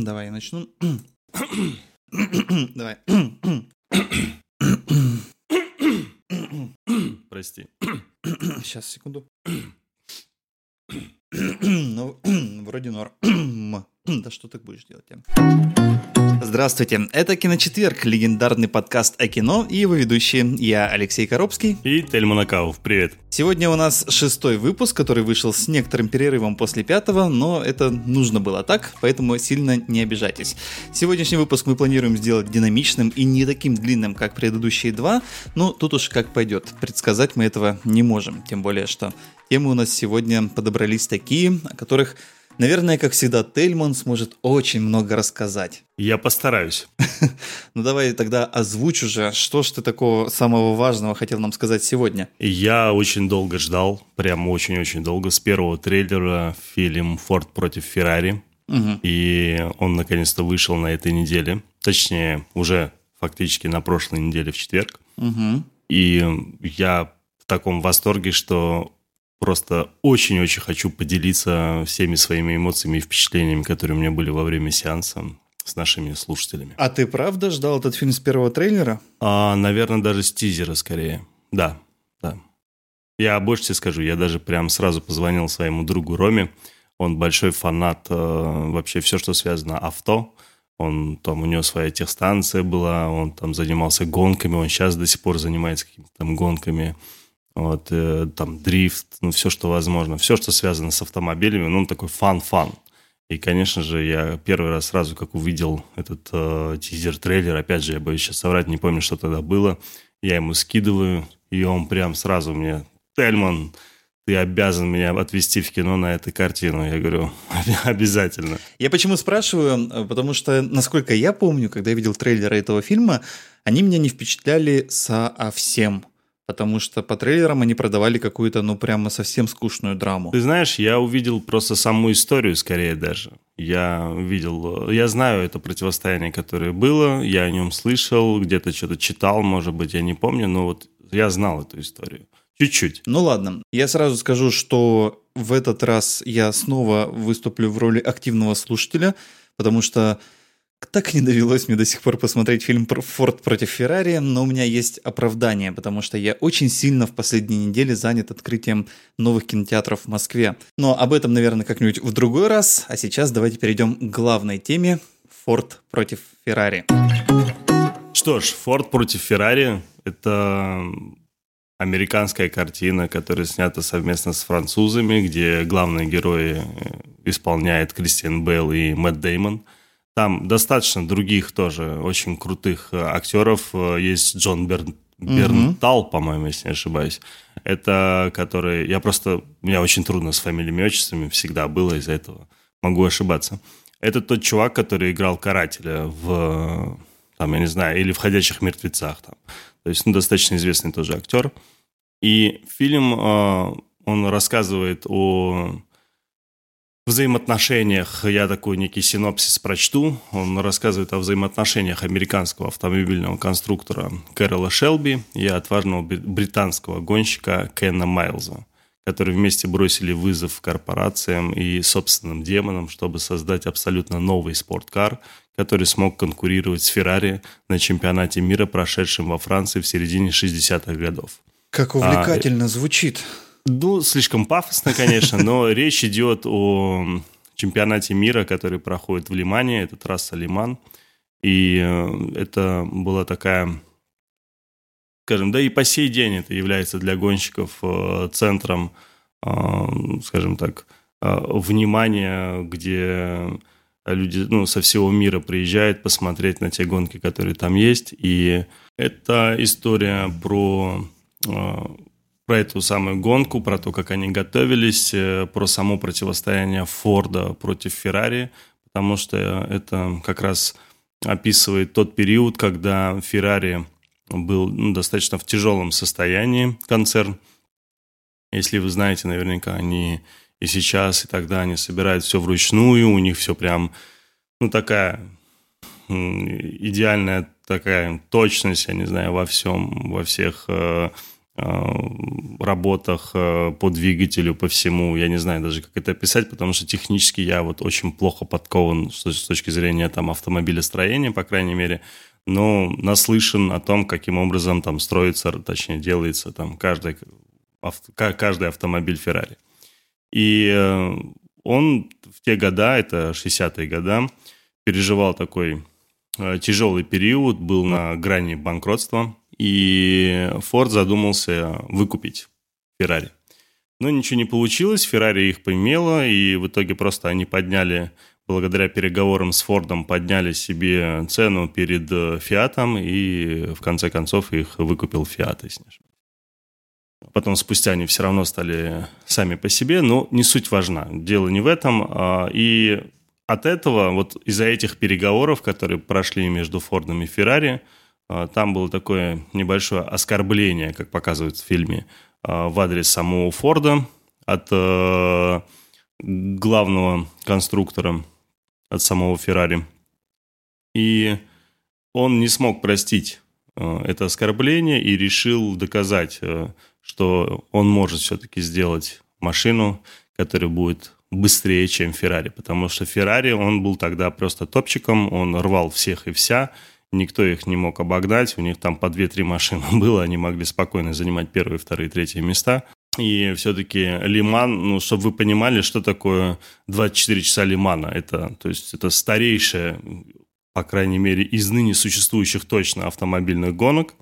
Давай я начну. Давай. Прости. Сейчас, секунду. Ну, вроде норм. Да что ты будешь делать? Здравствуйте, это «Киночетверг», легендарный подкаст о кино и его ведущие. Я Алексей Коробский. И Тельман Акауф, привет. Сегодня у нас 6-й выпуск, который вышел с некоторым перерывом после 5-го, но это нужно было так, поэтому сильно не обижайтесь. Сегодняшний выпуск мы планируем сделать динамичным и не таким длинным, как предыдущие два, но тут уж как пойдет. Предсказать мы этого не можем, тем более, что темы у нас сегодня подобрались такие, о которых, наверное, как всегда, Тельман сможет очень много рассказать. Я постараюсь. Ну давай тогда озвучь уже, что ж ты такого самого важного хотел нам сказать сегодня. Я очень долго ждал, прям очень-очень долго, с первого трейлера фильм «Форд против Феррари». Угу. И он наконец-то вышел на этой неделе. Точнее, уже фактически на прошлой неделе в четверг. Угу. И я в таком восторге, что просто очень-очень хочу поделиться всеми своими эмоциями и впечатлениями, которые у меня были во время сеанса с нашими слушателями. А ты правда ждал этот фильм с первого трейлера? Наверное, даже с тизера скорее. Да. Я больше тебе скажу, я даже прям сразу позвонил своему другу Роме. Он большой фанат вообще все, что связано авто. У него своя техстанция была, он там занимался гонками, он сейчас до сих пор занимается какими-то там гонками. Там дрифт, все, что возможно. Все, что связано с автомобилями, он такой фан-фан. И, конечно же, я первый раз сразу, как увидел этот тизер-трейлер, опять же, я боюсь сейчас соврать, не помню, что тогда было, я ему скидываю, и он прям сразу мне: «Тельман, ты обязан меня отвезти в кино на эту картину». Я говорю: обязательно. Я почему спрашиваю? Потому что, насколько я помню, когда я видел трейлеры этого фильма, они меня не впечатляли совсем. Потому что по трейлерам они продавали какую-то, прямо совсем скучную драму. Ты знаешь, я увидел просто саму историю, скорее даже. Я знаю это противостояние, которое было, я о нем слышал, где-то что-то читал, может быть, я не помню, но я знал эту историю. Чуть-чуть. Ну ладно, я сразу скажу, что в этот раз я снова выступлю в роли активного слушателя, потому что так и не довелось мне до сих пор посмотреть фильм «Форд против Феррари», но у меня есть оправдание, потому что я очень сильно в последние недели занят открытием новых кинотеатров в Москве. Но об этом, наверное, как-нибудь в другой раз, а сейчас давайте перейдем к главной теме «Форд против Феррари». Что ж, «Форд против Феррари» — это американская картина, которая снята совместно с французами, где главные герои исполняет Кристиан Бейл и Мэтт Дэймон. Там достаточно других тоже очень крутых актеров. Есть Джон Бернтал, по-моему, если не ошибаюсь. Это который... У меня очень трудно с фамилиями и отчествами всегда было из-за этого. Могу ошибаться. Это тот чувак, который играл карателя в... я не знаю, или в «Ходячих мертвецах». Там. То есть, достаточно известный тоже актер. И фильм, он рассказывает о взаимоотношениях, я такой некий синопсис прочту. Он рассказывает о взаимоотношениях американского автомобильного конструктора Кэрола Шелби и отважного британского гонщика Кена Майлза, которые вместе бросили вызов корпорациям и собственным демонам, чтобы создать абсолютно новый спорткар, который смог конкурировать с Феррари на чемпионате мира, прошедшем во Франции в середине 60-х годов. Как увлекательно звучит. Слишком пафосно, конечно, но речь идет о чемпионате мира, который проходит в Лимане, это трасса Лиман, и это была такая, скажем, да и по сей день это является для гонщиков центром, скажем так, внимания, где люди со всего мира приезжают посмотреть на те гонки, которые там есть, и это история про эту самую гонку, про то, как они готовились, про само противостояние Форда против Феррари, потому что это как раз описывает тот период, когда Феррари был достаточно в тяжелом состоянии, концерн. Если вы знаете, наверняка они и сейчас, и тогда они собирают все вручную, у них все прям, такая идеальная такая точность, я не знаю, во всех работах по двигателю, по всему. Я не знаю даже, как это описать, потому что технически я вот очень плохо подкован с точки зрения там автомобилестроения, по крайней мере, но наслышан о том, каким образом там строится, точнее, делается там каждый автомобиль Ferrari. И он в те года, это 60-е годы, переживал такой тяжелый период, был на грани банкротства, и Ford задумался выкупить Ferrari. Но ничего не получилось, Ferrari их поимела, и в итоге просто они подняли, благодаря переговорам с Фордом, подняли себе цену перед Фиатом, и в конце концов их выкупил Fiat, если не ошибаюсь. Потом спустя они все равно стали сами по себе, но не суть важна. Дело не в этом. И от этого, вот из-за этих переговоров, которые прошли между Фордом и Ferrari, там было такое небольшое оскорбление, как показывают в фильме, в адрес самого Форда от главного конструктора, от самого Ferrari. И он не смог простить это оскорбление и решил доказать, что он может все-таки сделать машину, которая будет быстрее, чем Ferrari. Потому что Ferrari, он был тогда просто топчиком, он рвал всех и вся, никто их не мог обогнать, у них там по 2-3 машины было, они могли спокойно занимать первые, вторые, третьи места. И все-таки Лиман, ну, чтобы вы понимали, что такое 24 часа Лимана, это, то есть это старейшая, по крайней мере, из ныне существующих точно автомобильных гонок.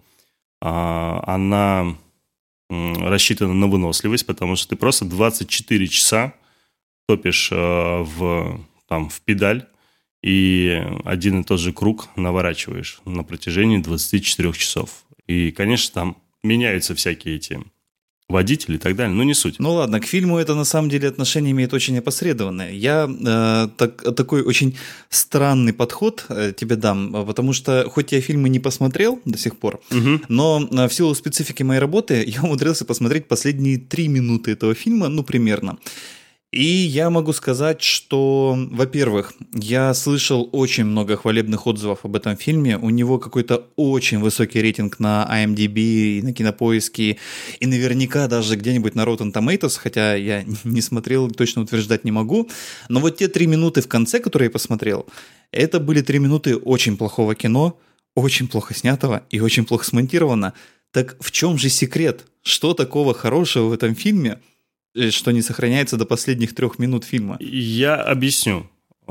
Она рассчитана на выносливость, потому что ты просто 24 часа топишь в педаль, и один и тот же круг наворачиваешь на протяжении 24 часов. И, конечно, там меняются всякие эти водители и так далее, но не суть. Ну ладно, к фильму это на самом деле отношение имеет очень опосредованное. Я такой очень странный подход тебе дам, потому что хоть я фильмы не посмотрел до сих пор, но в силу специфики моей работы я умудрился посмотреть последние 3 минуты этого фильма, ну примерно. И я могу сказать, что, во-первых, я слышал очень много хвалебных отзывов об этом фильме. У него какой-то очень высокий рейтинг на IMDb и на Кинопоиске, и наверняка даже где-нибудь на Rotten Tomatoes, хотя я не смотрел, точно утверждать не могу. Но вот те 3 минуты в конце, которые я посмотрел, это были 3 минуты очень плохого кино, очень плохо снятого и очень плохо смонтировано. Так в чем же секрет? Что такого хорошего в этом фильме, что не сохраняется до последних 3 минут фильма? Я объясню.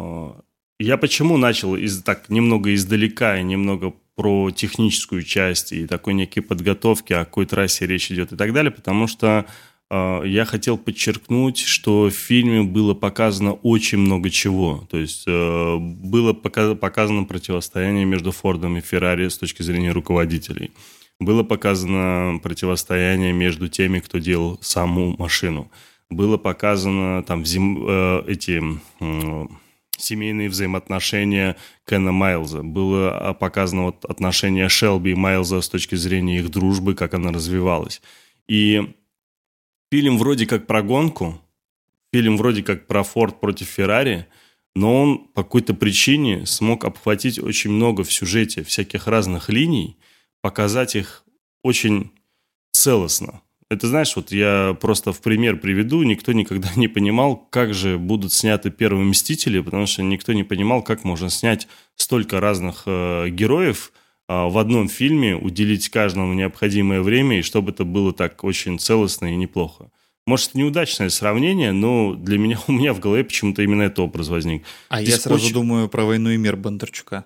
Я почему начал так немного издалека и немного про техническую часть и такой некой подготовки, о какой трассе речь идет и так далее, потому что я хотел подчеркнуть, что в фильме было показано очень много чего. То есть было показано противостояние между Фордом и Феррари с точки зрения руководителей. Было показано противостояние между теми, кто делал саму машину. Было показано там семейные взаимоотношения Кена Майлза. Было показано вот отношение Шелби и Майлза с точки зрения их дружбы, как она развивалась. И фильм вроде как про гонку, фильм вроде как про Форд против Феррари, но он по какой-то причине смог обхватить очень много в сюжете всяких разных линий, показать их очень целостно. Это, знаешь, вот я просто в пример приведу, никто никогда не понимал, как же будут сняты первые «Мстители», потому что никто не понимал, как можно снять столько разных героев в одном фильме, уделить каждому необходимое время, и чтобы это было так очень целостно и неплохо. Может, неудачное сравнение, но для меня, у меня в голове почему-то именно этот образ возник. А здесь я сразу думаю про «Войну и мир» Бондарчука.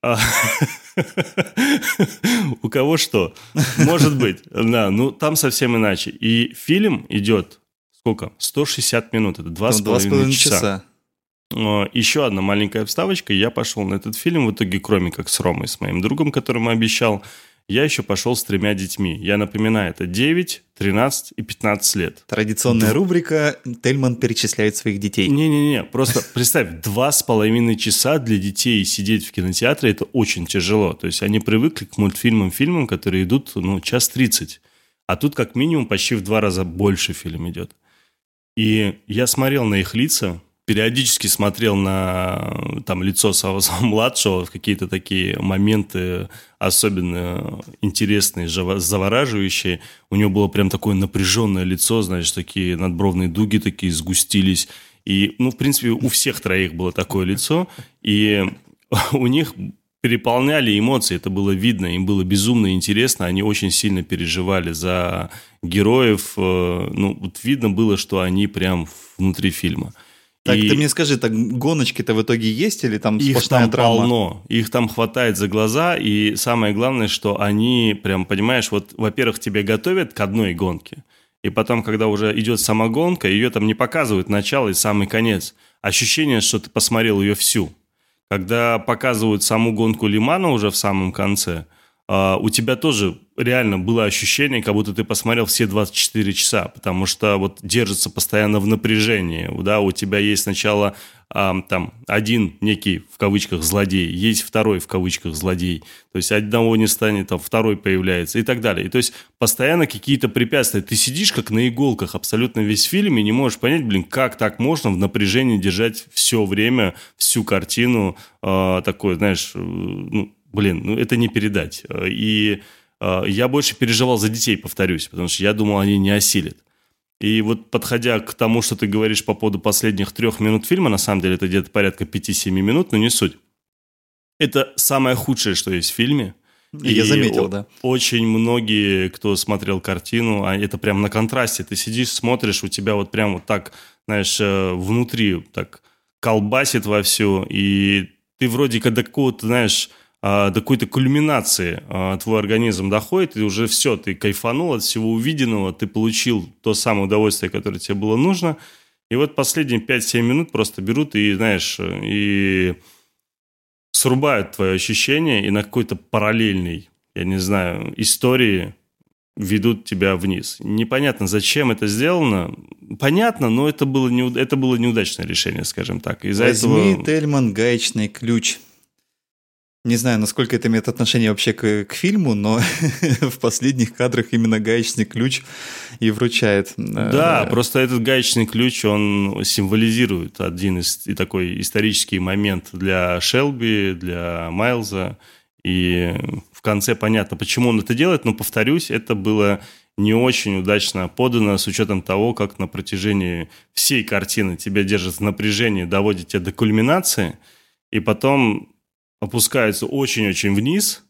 У кого что? Может быть. Да, ну там совсем иначе. И фильм идет сколько? 160 минут. Это 2,5 часа. Еще одна маленькая вставочка. Я пошел на этот фильм в итоге, кроме как с Ромой, с моим другом, которому обещал, я еще пошел с 3 детьми. Я напоминаю, это 9, 13 и 15 лет. Традиционная рубрика «Тельман перечисляет своих детей». Не-не-не, просто представь, 2,5 часа для детей сидеть в кинотеатре – это очень тяжело. То есть они привыкли к мультфильмам, фильмам, которые идут, 1 час 30. А тут как минимум почти в 2 раза больше фильм идет. И я смотрел на их лица. периодически смотрел на там лицо своего младшего в какие-то такие моменты особенно интересные, завораживающие. У него было прям такое напряженное лицо, знаешь, такие надбровные дуги такие сгустились. И, в принципе, у всех троих было такое лицо, и у них переполняли эмоции, это было видно, им было безумно интересно, они очень сильно переживали за героев, вот видно было, что они прям внутри фильма. Так, ты мне скажи, так гоночки-то в итоге есть или там сплошная драма? Их там полно, их там хватает за глаза, и самое главное, что они прям, понимаешь, вот, во-первых, тебя готовят к одной гонке, и потом, когда уже идет сама гонка, ее там не показывают начало и самый конец. Ощущение, что ты посмотрел ее всю. Когда показывают саму гонку Лимана уже в самом конце, у тебя тоже реально было ощущение, как будто ты посмотрел все 24 часа, потому что вот держится постоянно в напряжении, да, у тебя есть сначала там один некий, в кавычках, злодей, есть второй, в кавычках, злодей, то есть одного не станет, там второй появляется и так далее. И то есть постоянно какие-то препятствия. Ты сидишь как на иголках абсолютно весь фильм и не можешь понять, как так можно в напряжении держать все время, всю картину, такое, знаешь, это не передать. И я больше переживал за детей, повторюсь, потому что я думал, они не осилят. И вот подходя к тому, что ты говоришь по поводу последних 3 минут фильма, на самом деле это где-то порядка 5-7 минут, но не суть. Это самое худшее, что есть в фильме. И я заметил, да. Очень многие, кто смотрел картину, это прям на контрасте. Ты сидишь, смотришь, у тебя вот прям вот так, знаешь, внутри так колбасит вовсю, и ты вроде как до какого-то, знаешь, до какой-то кульминации твой организм доходит, и уже все, ты кайфанул от всего увиденного, ты получил то самое удовольствие, которое тебе было нужно, и вот последние 5-7 минут просто берут и, знаешь, и срубают твое ощущение, и на какой-то параллельной, я не знаю, истории ведут тебя вниз. Непонятно, зачем это сделано. Понятно, но это было неудачное решение, скажем так. Возьми, Тельман, гаечный ключ. Не знаю, насколько это имеет отношение вообще к фильму, но в последних кадрах именно гаечный ключ и вручает. Да, просто этот гаечный ключ, он символизирует один такой исторический момент для Шелби, для Майлза. И в конце понятно, почему он это делает, но, повторюсь, это было не очень удачно подано с учетом того, как на протяжении всей картины тебя держат в напряжении, доводит тебя до кульминации, и потом опускаются очень-очень вниз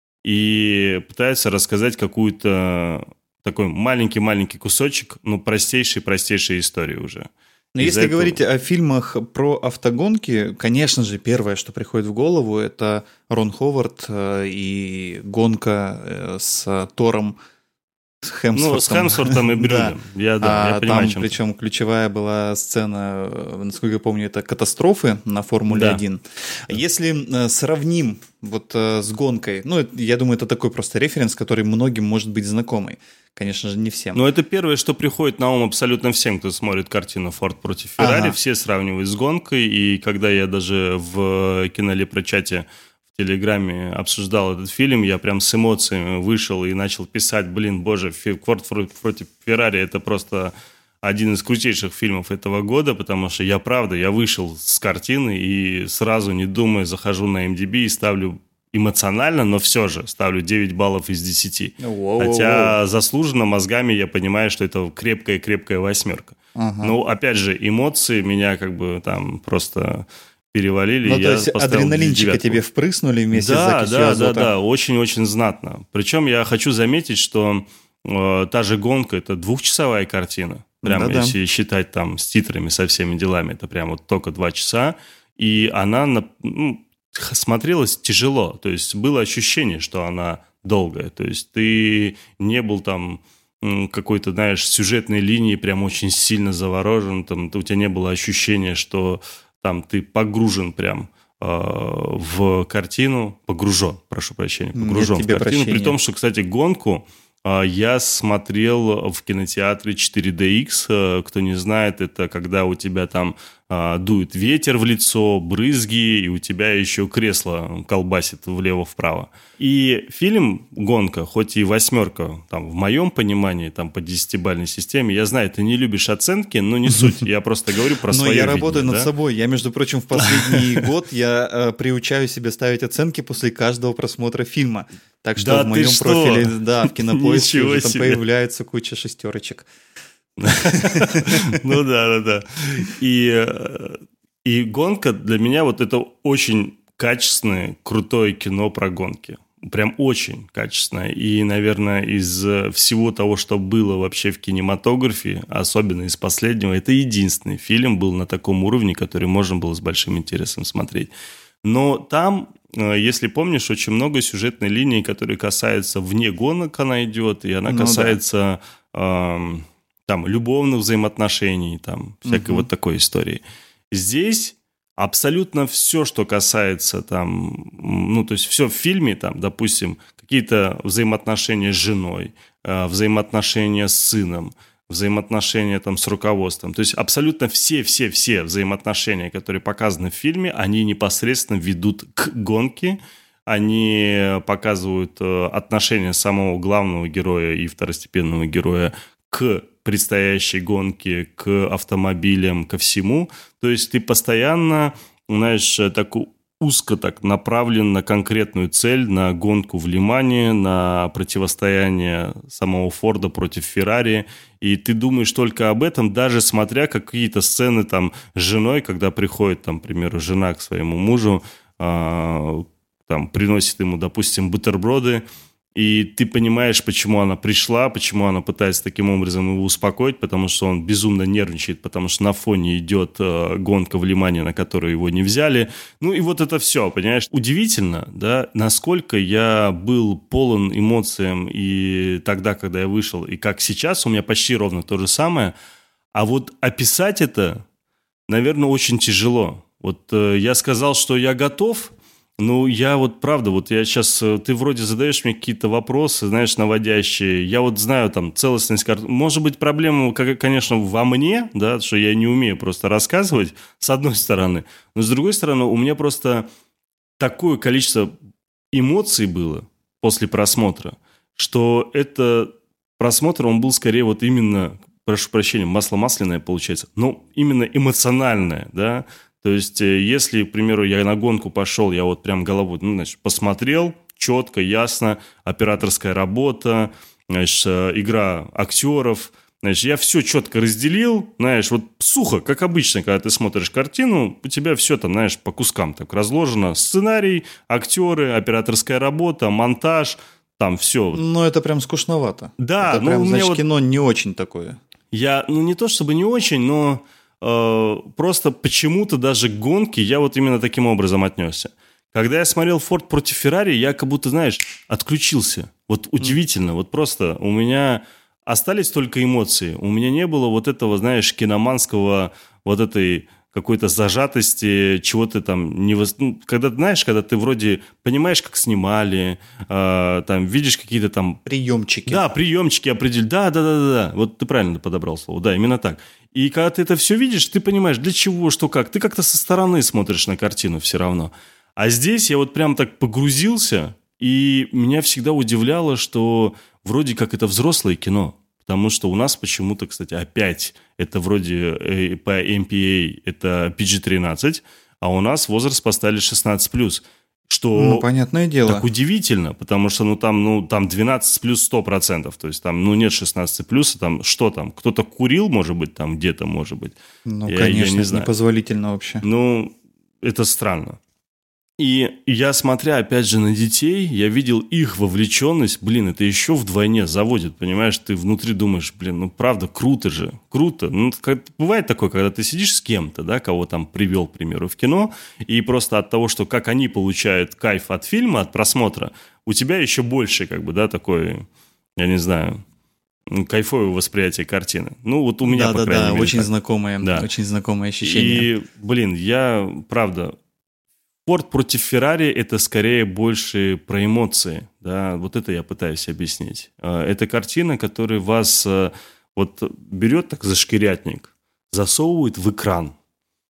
и пытаются рассказать какую-то такой маленький-маленький кусочек, простейшей истории уже. Но если говорить о фильмах про автогонки, конечно же, первое, что приходит в голову, это Рон Ховард и гонка с Тором, с Хемсвортом. С Хемсвортом и Брюдом. Да. Я понимаю, там, о чем причем ключевая была сцена, насколько я помню, это катастрофы на Формуле-1. Да. Если сравним вот с гонкой, я думаю, это такой просто референс, который многим может быть знакомый. Конечно же, не всем. Но это первое, что приходит на ум абсолютно всем, кто смотрит картину «Форд против Феррари». Ага. Все сравнивают с гонкой, и когда я даже в кинолепрочате в Телеграме обсуждал этот фильм, я прям с эмоциями вышел и начал писать, «Форд против Феррари» — это просто один из крутейших фильмов этого года, потому что я вышел с картины и сразу, не думая, захожу на IMDb и ставлю эмоционально, но все же ставлю 9 баллов из 10. Хотя заслуженно мозгами я понимаю, что это крепкая 8. Ага. Опять же, эмоции меня там просто перевалили. То есть адреналинчика тебе впрыснули вместе с закисью азота? Да, очень-очень знатно. Причем я хочу заметить, что та же гонка – это 2-часовая картина. Прямо если считать там с титрами, со всеми делами, это прям вот только 2 часа. И она смотрелась тяжело. То есть было ощущение, что она долгая. То есть ты не был там какой-то, знаешь, сюжетной линии прям очень сильно заворожен. У тебя не было ощущения, что там ты погружен прям в картину. Погружен в картину. При том, что, кстати, гонку я смотрел в кинотеатре 4DX. Кто не знает, это когда у тебя там дует ветер в лицо, брызги, и у тебя еще кресло колбасит влево-вправо. И фильм «Гонка», хоть и 8, там, в моем понимании, там, по 10-бальной системе, я знаю, ты не любишь оценки, но не суть, я просто говорю про свое видение. Но я работаю над собой. Я, между прочим, в последний год я приучаю себя ставить оценки после каждого просмотра фильма. Так что в моем профиле, да, в Кинопоиске уже там появляется куча шестерочек. Ну да. И «Гонка» для меня вот это очень качественное, крутое кино про гонки. Прям очень качественное. И, наверное, из всего того, что было вообще в кинематографе, особенно из последнего, это единственный фильм был на таком уровне, который можно было с большим интересом смотреть. Но там, если помнишь, очень много сюжетной линии, которые касаются вне гонок, она идет, и она касается там, любовных взаимоотношений, там, всякой вот такой истории. Здесь абсолютно все, что касается там, ну, то есть все в фильме, там, допустим, какие-то взаимоотношения с женой, взаимоотношения с сыном, взаимоотношения там с руководством. То есть абсолютно все взаимоотношения, которые показаны в фильме, они непосредственно ведут к гонке, они показывают отношение самого главного героя и второстепенного героя к предстоящей гонке, к автомобилям, ко всему. То есть ты постоянно, знаешь, так узко так направлен на конкретную цель, на гонку в Лимане, на противостояние самого Форда против Феррари, и ты думаешь только об этом, даже смотря какие-то сцены там с женой, когда приходит, там, к примеру, жена к своему мужу, там, приносит ему, допустим, бутерброды, и ты понимаешь, почему она пришла, почему она пытается таким образом его успокоить, потому что он безумно нервничает, потому что на фоне идет гонка в Лимане, на которую его не взяли. Ну и вот это все, понимаешь? Удивительно, да, насколько я был полон эмоциям и тогда, когда я вышел, и как сейчас, у меня почти ровно то же самое. А вот описать это, наверное, очень тяжело. Вот я сказал, что я готов. Ну, я вот, правда, вот я сейчас, ты вроде задаешь мне какие-то вопросы, знаешь, наводящие, я вот знаю там целостность карты, может быть, проблема, конечно, во мне, да, что я не умею просто рассказывать, с одной стороны, но с другой стороны, у меня просто такое количество эмоций было после просмотра, что это просмотр, он был скорее вот именно, прошу прощения, масло масляное получается, но именно эмоциональное, да. То есть, если, к примеру, я на гонку пошел, я вот прям головой, ну, значит, посмотрел, четко, ясно, операторская работа, значит, игра актеров, значит, я все четко разделил, знаешь, вот сухо, как обычно, когда ты смотришь картину, у тебя все там, знаешь, по кускам так разложено, сценарий, актеры, операторская работа, монтаж, там все. Ну, это прям скучновато. Да, это прям, значит, вот... кино не очень такое. Ну, не то чтобы не очень, но... Просто почему-то даже к гонке я вот именно таким образом отнесся. Когда я смотрел «Форд против Феррари», я как будто, знаешь, отключился. Вот удивительно. Вот просто у меня остались только эмоции. У меня не было вот этого, знаешь, киноманского вот этой какой-то зажатости, чего-то там не... когда, знаешь, когда ты вроде понимаешь, как снимали, там, видишь какие-то там... Приемчики. Да, приемчики определили. Да. Вот ты правильно подобрал слово. Да, именно так. И когда ты это все видишь, ты понимаешь, для чего, что, как. Ты как-то со стороны смотришь на картину все равно. А здесь я вот прям так погрузился, и меня всегда удивляло, что вроде как это взрослое кино. Потому что у нас почему-то, кстати, опять это вроде по MPA это PG-13, а у нас возраст поставили 16+. Что ну, понятное дело. Так удивительно, потому что там 12 плюс 100%, то есть там нет 16 плюс, там что там, кто-то курил, может быть, там где-то, может быть. Ну, конечно, не знаю. Непозволительно вообще. Ну, это странно. И я, смотря, опять же, на детей, я видел их вовлеченность, это еще вдвойне заводит, понимаешь, ты внутри думаешь, правда, круто же, круто. Ну, бывает такое, когда ты сидишь с кем-то, да, кого там привел, к примеру, в кино, и просто от того, что как они получают кайф от фильма, от просмотра, у тебя еще больше, такое, я не знаю, кайфовое восприятие картины. Ну, вот у меня, по крайней мере. Очень знакомое ощущение. И, я, правда... «Форд против Феррари» — это скорее больше про эмоции, да, вот это я пытаюсь объяснить. Это картина, которая вас вот берет так за шкирятник, засовывает в экран,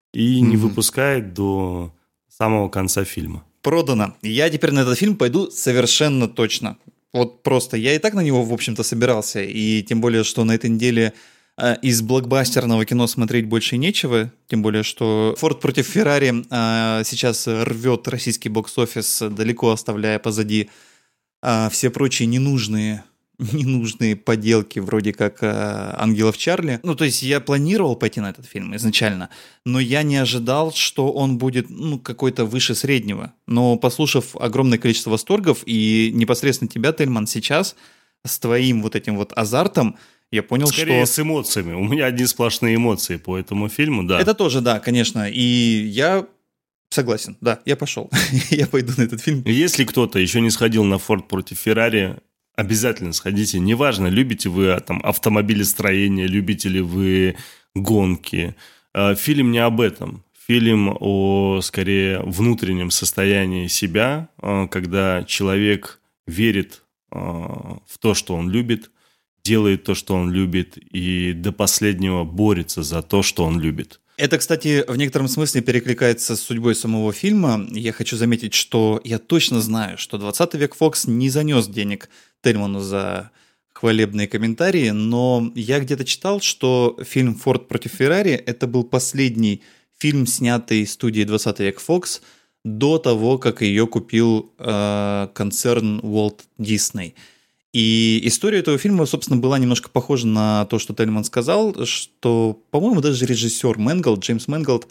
и не выпускает до самого конца фильма. Продано. Я теперь на этот фильм пойду совершенно точно. Вот просто. Я и так на него, в общем-то, собирался. И тем более, что на этой неделе из блокбастерного кино смотреть больше нечего. Тем более, что «Форд против Феррари» сейчас рвет российский бокс-офис, далеко оставляя позади все прочие ненужные поделки, вроде как «Ангелов Чарли». Ну, то есть я планировал пойти на этот фильм изначально, но я не ожидал, что он будет, какой-то выше среднего. Но послушав огромное количество восторгов и непосредственно тебя, Тельман, сейчас с твоим вот этим вот азартом, я понял, Скорее что... с эмоциями. У меня одни сплошные эмоции по этому фильму, да. Это тоже, да, конечно. И я согласен, да, я пошел. Я пойду на этот фильм. Если кто-то еще не сходил на «Форд против Феррари», обязательно сходите. Неважно, любите вы там автомобилестроение, любите ли вы гонки. Фильм не об этом. Фильм о, скорее, внутреннем состоянии себя, когда человек верит в то, что он любит, делает то, что он любит, и до последнего борется за то, что он любит. Это, кстати, в некотором смысле перекликается с судьбой самого фильма. Я хочу заметить, что я точно знаю, что 20 век Фокс не занес денег Тельману за хвалебные комментарии, но я где-то читал, что фильм «Форд против Феррари» — это был последний фильм, снятый студией 20 век Фокс до того, как ее купил концерн Walt Disney. И история этого фильма, собственно, была немножко похожа на то, что Тельман сказал, что, по-моему, даже режиссер Мэнголд, Джеймс Мэнголд,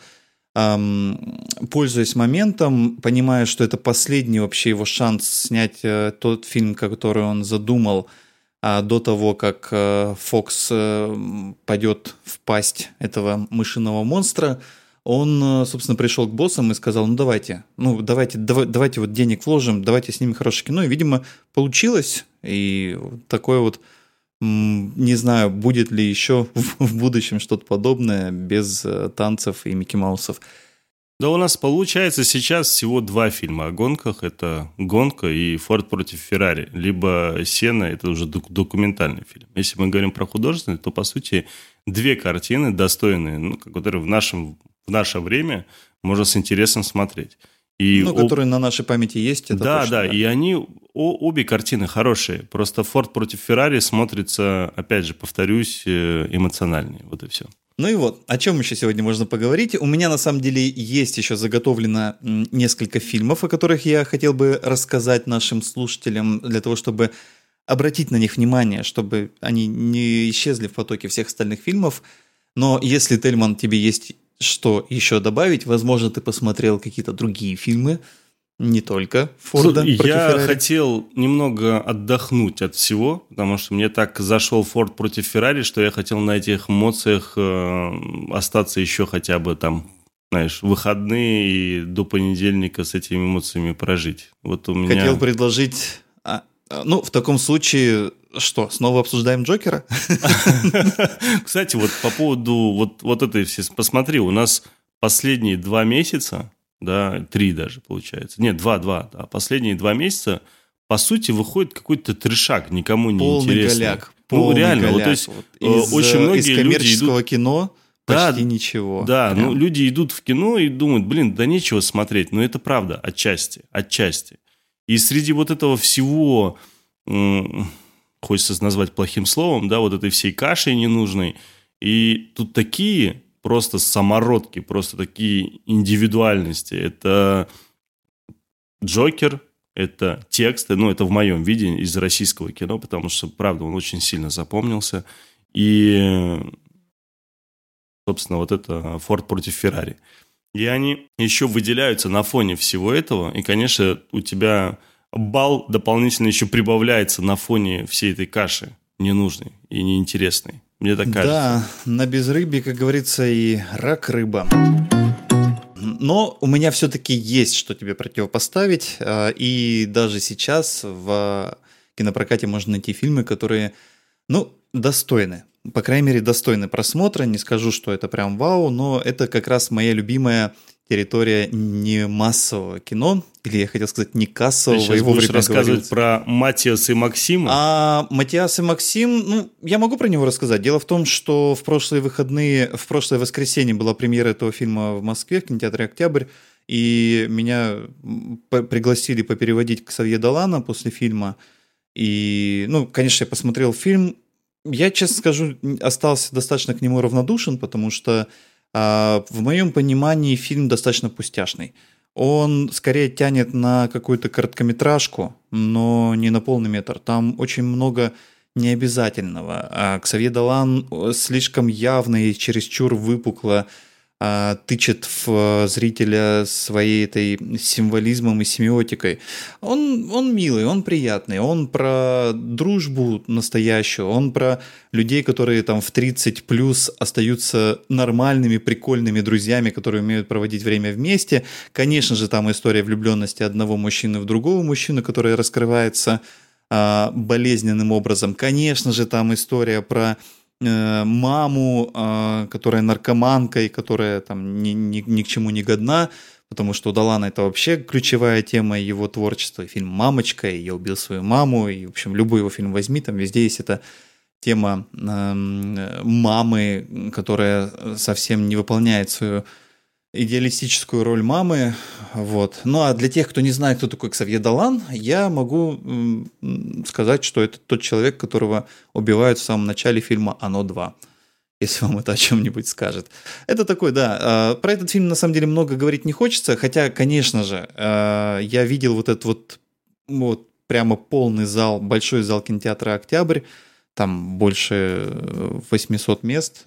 пользуясь моментом, понимая, что это последний вообще его шанс снять тот фильм, который он задумал до того, как Фокс пойдет в пасть этого мышиного монстра, он, собственно, пришел к боссам и сказал, давайте вот денег вложим, давайте снимем хорошее кино. И, видимо, получилось. И такое вот, не знаю, будет ли еще в будущем что-то подобное без танцев и Микки Маусов. Да, у нас получается сейчас всего 2 фильма о гонках. Это «Гонка» и «Форд против Феррари». Либо «Сена» — это уже документальный фильм. Если мы говорим про художественный, то, по сути, 2 картины достойные, которые в наше время можно с интересом смотреть. Которые на нашей памяти есть. Это да, точно, да, и они, обе картины хорошие. Просто «Форд против Феррари» смотрится, опять же, повторюсь, эмоциональнее. Вот и все. Ну и вот, о чем еще сегодня можно поговорить. У меня, на самом деле, есть еще заготовлено несколько фильмов, о которых я хотел бы рассказать нашим слушателям, для того, чтобы обратить на них внимание, чтобы они не исчезли в потоке всех остальных фильмов. Но если, Тельман, тебе есть что еще добавить, возможно, ты посмотрел какие-то другие фильмы, не только «Форда против Феррари». Я хотел немного отдохнуть от всего, потому что мне так зашел «Форд против Феррари», что я хотел на этих эмоциях остаться еще хотя бы там, знаешь, выходные и до понедельника с этими эмоциями прожить. Вот у меня... Хотел предложить... в таком случае, что, снова обсуждаем «Джокера»? Кстати, вот по поводу вот этой все... Посмотри, у нас последние 2 месяца, да, 3 даже получается. Нет, 2, да. Последние 2 месяца, по сути, выходит какой-то трешак, никому не интересный. Полный реально, голяк. то есть очень многие из коммерческого люди идут... кино почти ничего. Да, люди идут в кино и думают, да нечего смотреть. Но это правда, отчасти. И среди вот этого всего, хочется назвать плохим словом, да, вот этой всей каши ненужной, и тут такие просто самородки, просто такие индивидуальности. Это Джокер, это тексты, это в моем видении из российского кино, потому что, правда, он очень сильно запомнился. И, собственно, вот это «Форд против Феррари». И они еще выделяются на фоне всего этого. И, конечно, у тебя балл дополнительно еще прибавляется на фоне всей этой каши ненужной и неинтересной. Мне так кажется. Да, на безрыбье, как говорится, и рак рыба. Но у меня все-таки есть что тебе противопоставить. И даже сейчас в кинопрокате можно найти фильмы, которые, достойны. По крайней мере, достойны просмотра. Не скажу, что это прям вау, но это как раз моя любимая территория не массового кино, или я хотел сказать не кассового. Ты сейчас его будешь рассказывать про Матиас и Максима? А Матиас и Максим, ну, я могу про него рассказать. Дело в том, что в прошлое воскресенье была премьера этого фильма в Москве, в кинотеатре «Октябрь», и меня пригласили попереводить к Ксавье Долана после фильма. И, ну, конечно, я посмотрел фильм. Я, честно скажу, остался достаточно к нему равнодушен, потому что в моем понимании фильм достаточно пустяшный. Он скорее тянет на какую-то короткометражку, но не на полный метр. Там очень много необязательного. А Ксавье Долан слишком явно и чересчур выпукло тычет в зрителя своей этой символизмом и семиотикой. Он милый, он приятный, он про дружбу настоящую, он про людей, которые там в 30 плюс остаются нормальными, прикольными друзьями, которые умеют проводить время вместе. Конечно же, там история влюбленности одного мужчины в другого мужчину, которая раскрывается болезненным образом. Конечно же, там история про маму, которая наркоманка и которая там ни к чему не годна, потому что у Долана это вообще ключевая тема его творчества. Фильм «Мамочка», и «Я убил свою маму», и, в общем, любой его фильм возьми, там везде есть эта тема мамы, которая совсем не выполняет свою идеалистическую роль мамы. Вот. Ну а для тех, кто не знает, кто такой Ксавье Долан, я могу сказать, что это тот человек, которого убивают в самом начале фильма «Оно 2», если вам это о чем-нибудь скажет. Это такой, да, про этот фильм на самом деле много говорить не хочется, хотя, конечно же, я видел вот этот вот прямо полный зал, большой зал кинотеатра «Октябрь», там больше 800 мест,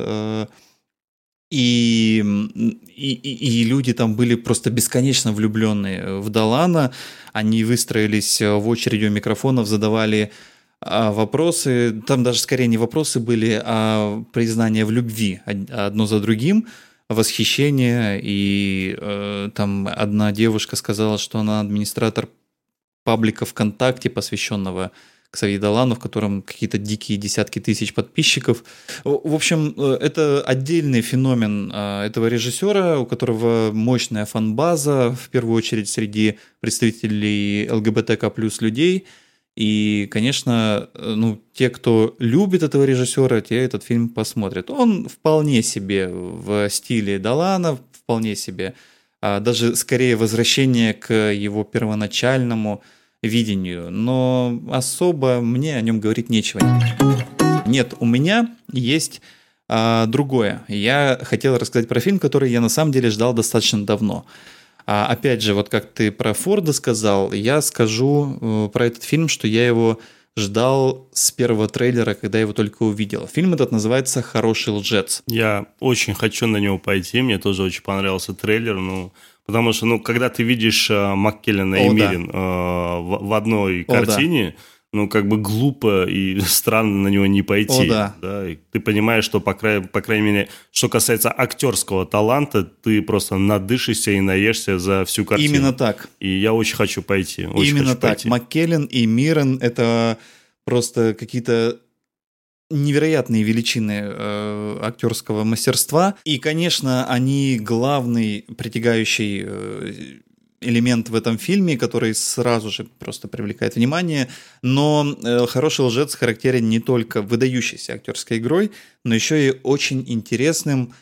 и люди там были просто бесконечно влюбленные в Долана. Они выстроились в очереди у микрофонов, задавали вопросы. Там даже скорее не вопросы были, а признания в любви одно за другим, восхищение. И там одна девушка сказала, что она администратор паблика ВКонтакте, посвященного Ксавье Долану, в котором какие-то дикие десятки тысяч подписчиков. В общем, это отдельный феномен этого режиссера, у которого мощная фан-база, в первую очередь среди представителей ЛГБТК плюс людей. И, конечно, ну, те, кто любит этого режиссера, те этот фильм посмотрят. Он вполне себе в стиле Долана, вполне себе. Даже скорее возвращение к его первоначальному видению, но особо мне о нем говорить нечего. Нет, у меня есть другое. Я хотел рассказать про фильм, который я на самом деле ждал достаточно давно. Опять же, вот как ты про Форда сказал, я скажу про этот фильм, что я его ждал с первого трейлера, когда я его только увидел. Фильм этот называется «Хороший лжец». Я очень хочу на него пойти, мне тоже очень понравился трейлер, потому что, когда ты видишь МакКеллена и Миррен в одной картине, как бы глупо и странно на него не пойти. Да, и ты понимаешь, что, по крайней мере, что касается актерского таланта, ты просто надышишься и наешься за всю картину. Именно так. И я очень хочу пойти. Именно так. МакКеллен и Миррен – это просто какие-то невероятные величины актерского мастерства. И, конечно, они главный притягающий элемент в этом фильме, который сразу же просто привлекает внимание. Но «Хороший лжец» характерен не только выдающейся актерской игрой, но еще и очень интересным,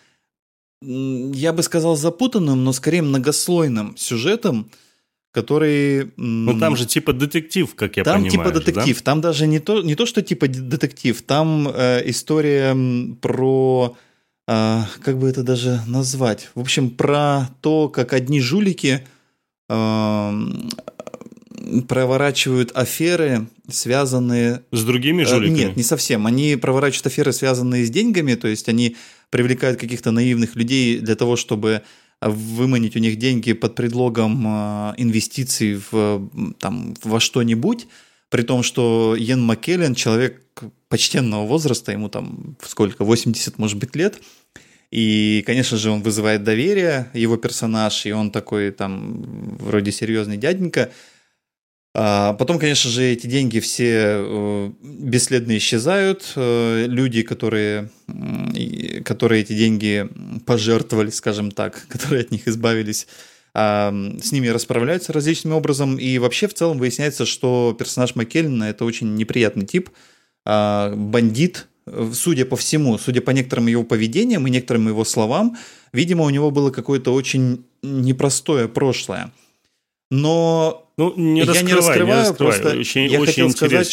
я бы сказал, запутанным, но скорее многослойным сюжетом, который... там же типа детектив, как я понимаю. Там типа детектив. Да? Там даже не то, что типа детектив. Там история про... как бы это даже назвать? В общем, про то, как одни жулики проворачивают аферы, связанные... С другими жуликами? Нет, не совсем. Они проворачивают аферы, связанные с деньгами, то есть они привлекают каких-то наивных людей для того, чтобы выманить у них деньги под предлогом инвестиций во что-нибудь, при том, что Иэн МакКеллен человек почтенного возраста, ему там сколько, 80, может быть, лет, и, конечно же, он вызывает доверие, его персонаж, и он такой там вроде серьезный дяденька, Потом, конечно же, эти деньги все бесследно исчезают. Люди, которые эти деньги пожертвовали, скажем так, которые от них избавились, с ними расправляются различным образом. И вообще, в целом, выясняется, что персонаж МакКеллена – это очень неприятный тип, бандит. Судя по всему, судя по некоторым его поведениям и некоторым его словам, видимо, у него было какое-то очень непростое прошлое. Но не раскрываю, просто я очень хотел сказать,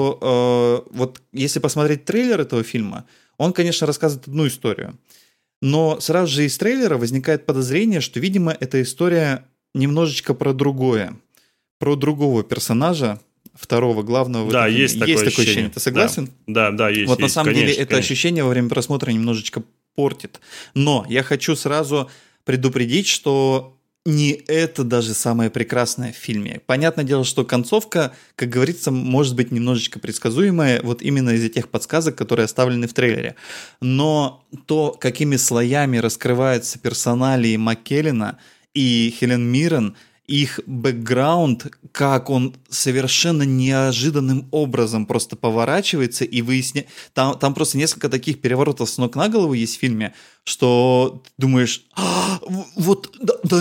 что вот если посмотреть трейлер этого фильма, он, конечно, рассказывает одну историю. Но сразу же из трейлера возникает подозрение, что, видимо, эта история немножечко про другое. Про другого персонажа, второго главного. Да, есть такое ощущение. Ты согласен? Да, есть. Вот на самом деле конечно, это ощущение во время просмотра немножечко портит. Но я хочу сразу предупредить, что не это даже самое прекрасное в фильме. Понятное дело, что концовка, как говорится, может быть немножечко предсказуемая вот именно из-за тех подсказок, которые оставлены в трейлере. Но то, какими слоями раскрываются персоналии МакКеллена и Хелен Миррен, их бэкграунд, как он совершенно неожиданным образом просто поворачивается и выясняет... Там просто несколько таких переворотов с ног на голову есть в фильме, что ты думаешь, вот,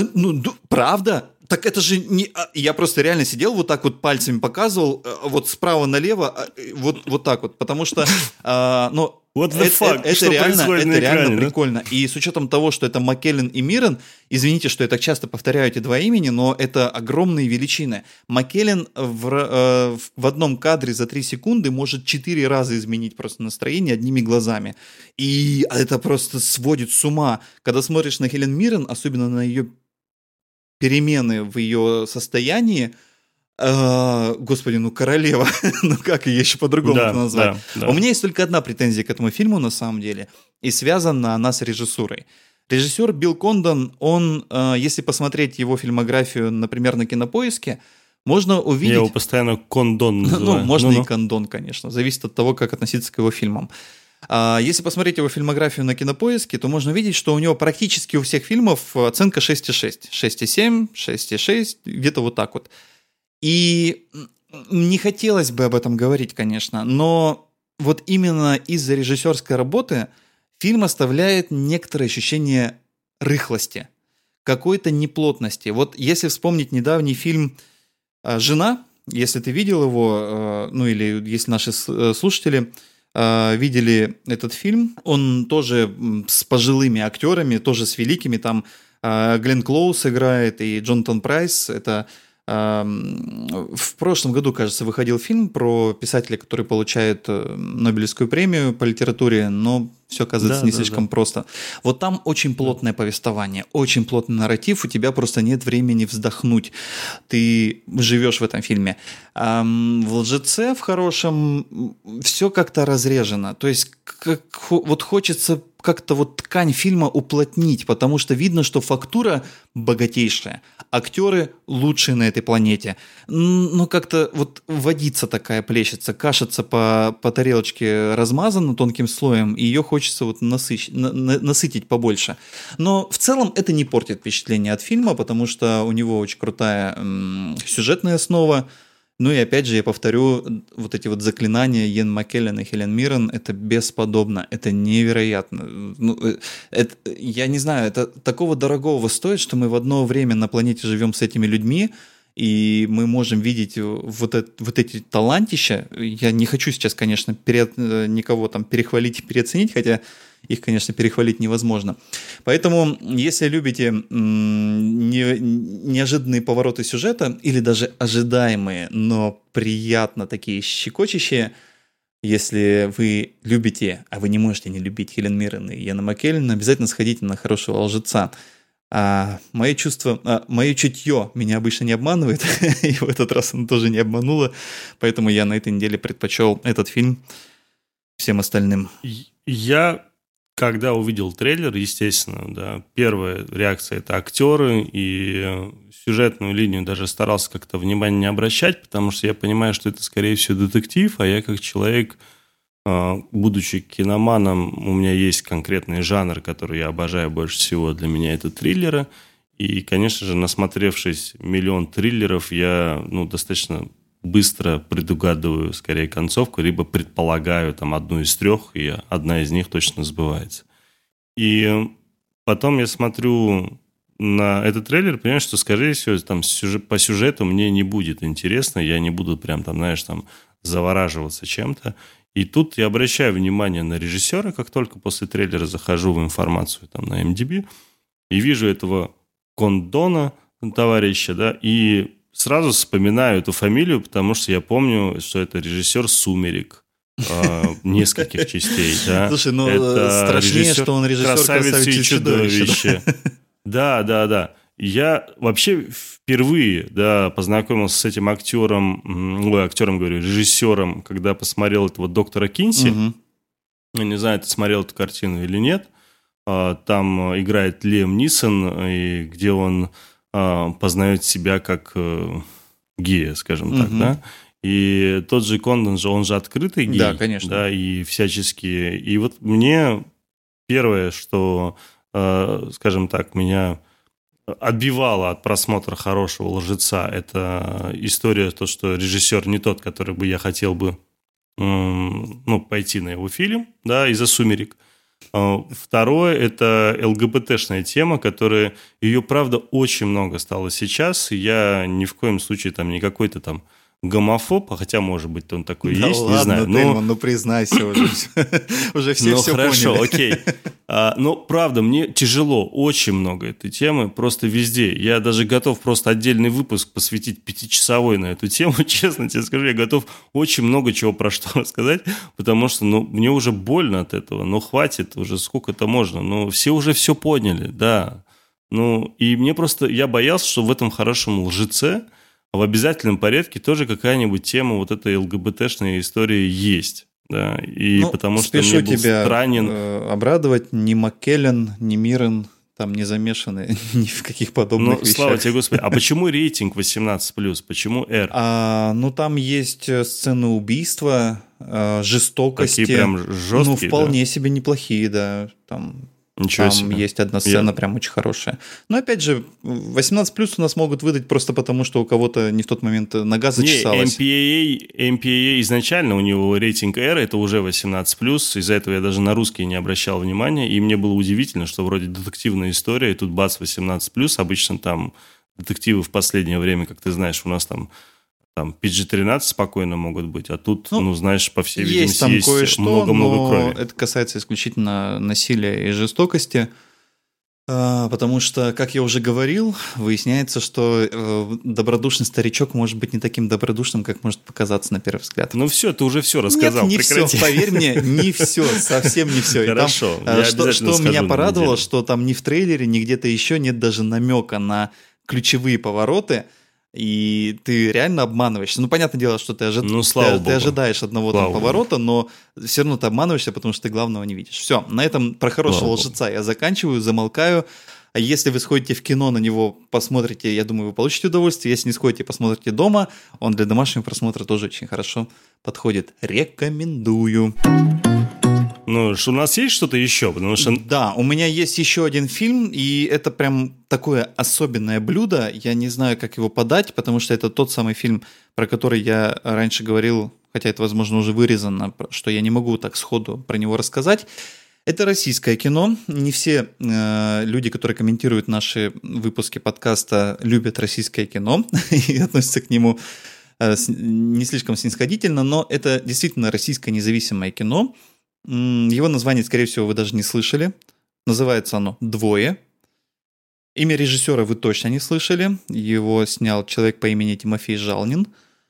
правда? Так это же не... Я просто реально сидел вот так вот пальцами показывал, вот справа налево, вот так вот, потому что... What the fuck? Это реально прикольно. И с учетом того, что это МакКеллен и Миррен, извините, что я так часто повторяю эти два имени, но это огромные величины. МакКеллен в одном кадре за 3 секунды может 4 раза изменить просто настроение одними глазами. И это просто сводит с ума. Когда смотришь на Хелен Миррен, особенно на ее перемены в ее состоянии, господи, королева, как ее еще по-другому назвать? Да. У меня есть только одна претензия к этому фильму, на самом деле, и связана она с режиссурой. Режиссер Билл Кондон, он, если посмотреть его фильмографию, например, на Кинопоиске, можно увидеть... Я его постоянно Кондон называю. Можно и Кондон, конечно, зависит от того, как относиться к его фильмам. Если посмотреть его фильмографию на Кинопоиске, то можно увидеть, что у него практически у всех фильмов оценка 6,6, 6,7, 6,6, где-то вот так вот. И не хотелось бы об этом говорить, конечно, но вот именно из-за режиссерской работы фильм оставляет некоторое ощущение рыхлости, какой-то неплотности. Вот если вспомнить недавний фильм «Жена», если ты видел его, или если наши слушатели видели этот фильм, он тоже с пожилыми актерами, тоже с великими, там Гленн Клоуз играет и Джонатан Прайс, это... В прошлом году, кажется, выходил фильм про писателя, который получает Нобелевскую премию по литературе, но все оказывается не слишком просто. Вот там очень плотное повествование, очень плотный нарратив, у тебя просто нет времени вздохнуть. Ты живешь в этом фильме. В «Лжеце» в хорошем все как-то разрежено. То есть вот хочется как-то вот ткань фильма уплотнить, потому что видно, что фактура богатейшая, актеры лучшие на этой планете. Но как-то вот водица такая плещется, кашица по тарелочке размазана тонким слоем, и ее хочется вот насытить побольше. Но в целом это не портит впечатление от фильма, потому что у него очень крутая сюжетная основа. Ну и опять же, я повторю, вот эти вот заклинания Иэн МакКеллен и Хелен Миррен, это бесподобно, это невероятно. Я не знаю, это такого дорогого стоит, что мы в одно время на планете живем с этими людьми, и мы можем видеть вот эти талантища. Я не хочу сейчас, конечно, никого там перехвалить и переоценить, хотя их, конечно, перехвалить невозможно. Поэтому, если любите неожиданные повороты сюжета или даже ожидаемые, но приятно такие щекочущие, если вы любите, а вы не можете не любить Хелен Миррен и Иэна МакКеллена, обязательно сходите на «Хорошего лжеца». Мое чутье меня обычно не обманывает, и в этот раз оно тоже не обмануло, поэтому я на этой неделе предпочел этот фильм всем остальным. Когда увидел трейлер, естественно, да, первая реакция – это актеры, и сюжетную линию даже старался как-то внимания не обращать, потому что я понимаю, что это, скорее всего, детектив, а я как человек, будучи киноманом, у меня есть конкретный жанр, который я обожаю больше всего, для меня это триллеры, И, конечно же, насмотревшись миллион триллеров, я достаточно быстро предугадываю, скорее, концовку, либо предполагаю там одну из трех, и одна из них точно сбывается. И потом я смотрю на этот трейлер, понимаю, что, скорее всего, там по сюжету мне не будет интересно, я не буду прям там, знаешь, там завораживаться чем-то. И тут я обращаю внимание на режиссера, как только после трейлера захожу в информацию там на IMDb, и вижу этого Кондона, товарища, да, и сразу вспоминаю эту фамилию, потому что я помню, что это режиссер «Сумерек», нескольких частей. Да. Слушай, это страшнее, что он режиссер «Красавицы и чудовища». Да. Я вообще впервые познакомился с этим режиссером, когда посмотрел этого доктора Кинси. Угу. Я не знаю, ты смотрел эту картину или нет. Там играет Лиам Нисон, и где он познает себя как гея, скажем так, да. И тот же Кондон он же открытый гей. Да, конечно. Да, и всячески. И вот мне первое, что, скажем так, меня отбивало от просмотра «Хорошего лжеца», это история, то, что режиссер не тот, который бы я хотел бы пойти на его фильм, да, из-за «Сумерек». Второе – это ЛГБТшная тема, которая, ее, правда, очень много стало сейчас, и я ни в коем случае там не какой-то там гомофоб, хотя, может быть, он такой да есть, ладно, не знаю. Тельман, признайся уже. Уже все хорошо, поняли. Окей. Но, правда, мне тяжело, очень много этой темы, просто везде. Я даже готов просто отдельный выпуск посвятить 5-часовой на эту тему, честно тебе скажу. Я готов очень много чего про что рассказать, потому что, мне уже больно от этого. Хватит уже, сколько это можно. Все уже все поняли, да. И мне просто, я боялся, что в этом «Хорошем лжеце» в обязательном порядке тоже какая-нибудь тема вот этой ЛГБТшной истории есть. Да, и потому что мне был странен... обрадовать, ни МакКеллен, ни Миррен там не замешаны ни в каких подобных вещах. Слава тебе, Господи. А почему рейтинг 18+? Почему R? Там есть сцены убийства, жестокости. Такие прям жесткие, вполне себе неплохие, да. Там есть одна сцена прям очень хорошая. Но опять же, 18+ у нас могут выдать просто потому, что у кого-то не в тот момент нога зачесалась. MPAA изначально у него рейтинг R, это уже 18+, из-за этого я даже на русский не обращал внимания, и мне было удивительно, что вроде детективная история, и тут бац, 18+, обычно там детективы в последнее время, как ты знаешь, у нас там PG-13 спокойно могут быть, а тут, знаешь, по всей видимости, есть кое-что, много крови. Это касается исключительно насилия и жестокости, потому что, как я уже говорил, выясняется, что добродушный старичок может быть не таким добродушным, как может показаться на первый взгляд. Все, ты уже все рассказал. Нет, не все, поверь мне, не все, совсем не все. Хорошо, я обязательно скажу. Что меня порадовало, что там ни в трейлере, ни где-то еще нет даже намека на ключевые повороты, и ты реально обманываешься. Понятное дело, что ты ожидаешь одного поворота, но все равно ты обманываешься, потому что ты главного не видишь. Все, на этом про «Хорошего лжеца» я заканчиваю, замолкаю. А если вы сходите в кино, на него посмотрите, я думаю, вы получите удовольствие. Если не сходите, посмотрите дома. Он для домашнего просмотра тоже очень хорошо подходит. Рекомендую. У нас есть что-то еще? Потому что... Да, у меня есть еще один фильм, и это прям такое особенное блюдо. Я не знаю, как его подать, потому что это тот самый фильм, про который я раньше говорил, хотя это, возможно, уже вырезано, что я не могу так сходу про него рассказать. Это российское кино. Не все люди, которые комментируют наши выпуски подкаста, любят российское кино и относятся к нему не слишком снисходительно, но это действительно российское независимое кино. Его название, скорее всего, вы даже не слышали. Называется оно «Двое». Имя режиссера вы точно не слышали. Его снял человек по имени Тимофей Жалнин.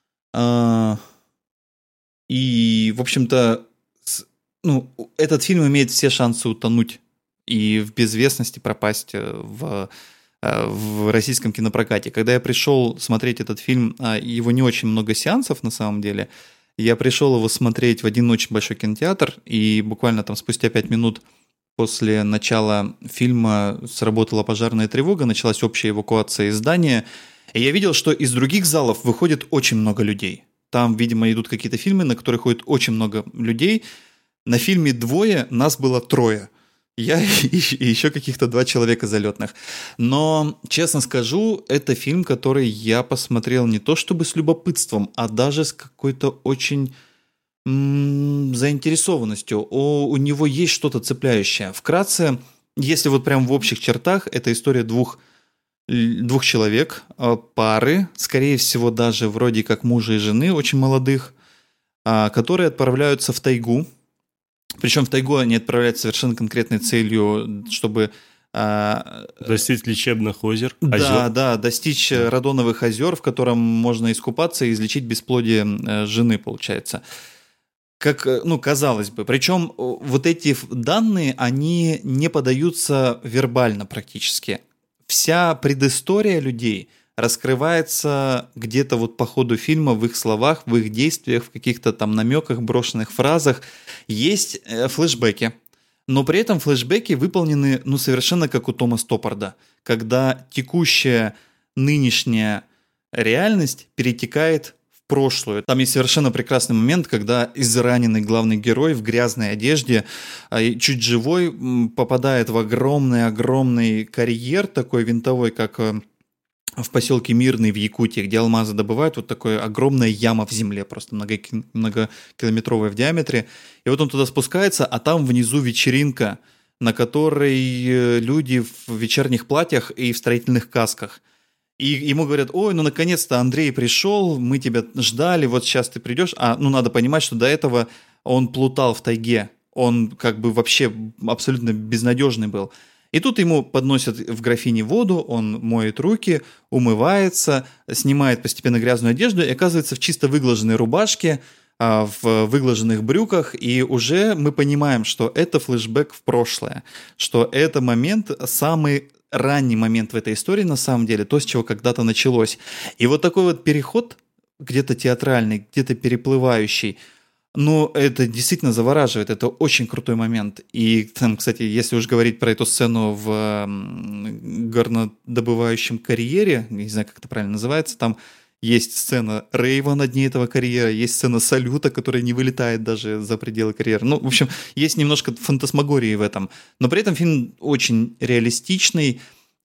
И, в общем-то, этот фильм имеет все шансы утонуть и в безвестности пропасть в российском кинопрокате. Когда я пришел смотреть этот фильм, его не очень много сеансов на самом деле. Я пришел его смотреть в один очень большой кинотеатр, и буквально там спустя 5 минут после начала фильма сработала пожарная тревога, началась общая эвакуация из здания, и я видел, что из других залов выходит очень много людей. Там, видимо, идут какие-то фильмы, на которые ходит очень много людей. На фильме «Двое» нас было 3. Я и еще каких-то 2 человека залетных. Но, честно скажу, это фильм, который я посмотрел не то чтобы с любопытством, а даже с какой-то очень заинтересованностью. У него есть что-то цепляющее. Вкратце, если вот прям в общих чертах, это история двух человек, пары, скорее всего, даже вроде как мужа и жены, очень молодых, которые отправляются в тайгу. Причем в тайгу они отправляются совершенно конкретной целью, чтобы... Достичь лечебных озер, озер. Да, достичь радоновых озер, в котором можно искупаться и излечить бесплодие жены, получается. Как, казалось бы. Причем вот эти данные, они не подаются вербально практически. Вся предыстория людей раскрывается где-то вот по ходу фильма, в их словах, в их действиях, в каких-то там намеках, брошенных фразах. Есть флешбеки, но при этом флешбеки выполнены совершенно как у Тома Стоппарда, когда текущая нынешняя реальность перетекает в прошлую. Там есть совершенно прекрасный момент, когда израненный главный герой в грязной одежде, чуть живой, попадает в огромный карьер такой винтовой, как в поселке Мирный в Якутии, где алмазы добывают, вот такая огромная яма в земле, просто многокилометровая в диаметре. И вот он туда спускается, а там внизу вечеринка, на которой люди в вечерних платьях и в строительных касках. И ему говорят: ой, наконец-то Андрей пришел, мы тебя ждали, вот сейчас ты придешь. Надо понимать, что до этого он плутал в тайге, он как бы вообще абсолютно безнадежный был. И тут ему подносят в графине воду, он моет руки, умывается, снимает постепенно грязную одежду и оказывается в чисто выглаженной рубашке, в выглаженных брюках, и уже мы понимаем, что это флешбэк в прошлое, что это момент, самый ранний момент в этой истории на самом деле, то, с чего когда-то началось. И вот такой вот переход, где-то театральный, где-то переплывающий, это действительно завораживает, это очень крутой момент. И там, кстати, если уж говорить про эту сцену в горнодобывающем карьере, не знаю, как это правильно называется, там есть сцена рейва на дне этого карьера, есть сцена салюта, которая не вылетает даже за пределы карьера. В общем, есть немножко фантасмагории в этом. Но при этом фильм очень реалистичный,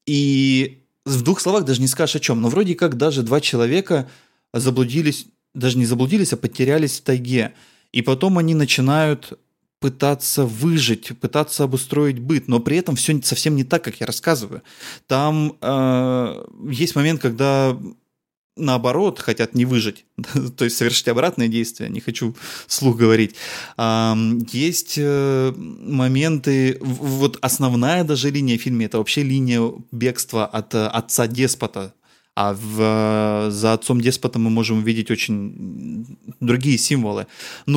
и в 2 словах даже не скажешь о чем. Но вроде как даже 2 человека заблудились, даже не заблудились, а потерялись в тайге. И потом они начинают пытаться выжить, пытаться обустроить быт, но при этом все совсем не так, как я рассказываю. Там есть момент, когда наоборот хотят не выжить, то есть совершить обратное действие, не хочу вслух говорить. Есть моменты, вот основная даже линия в фильме, это вообще линия бегства от отца-деспота. За отцом-деспотом мы можем увидеть очень другие символы.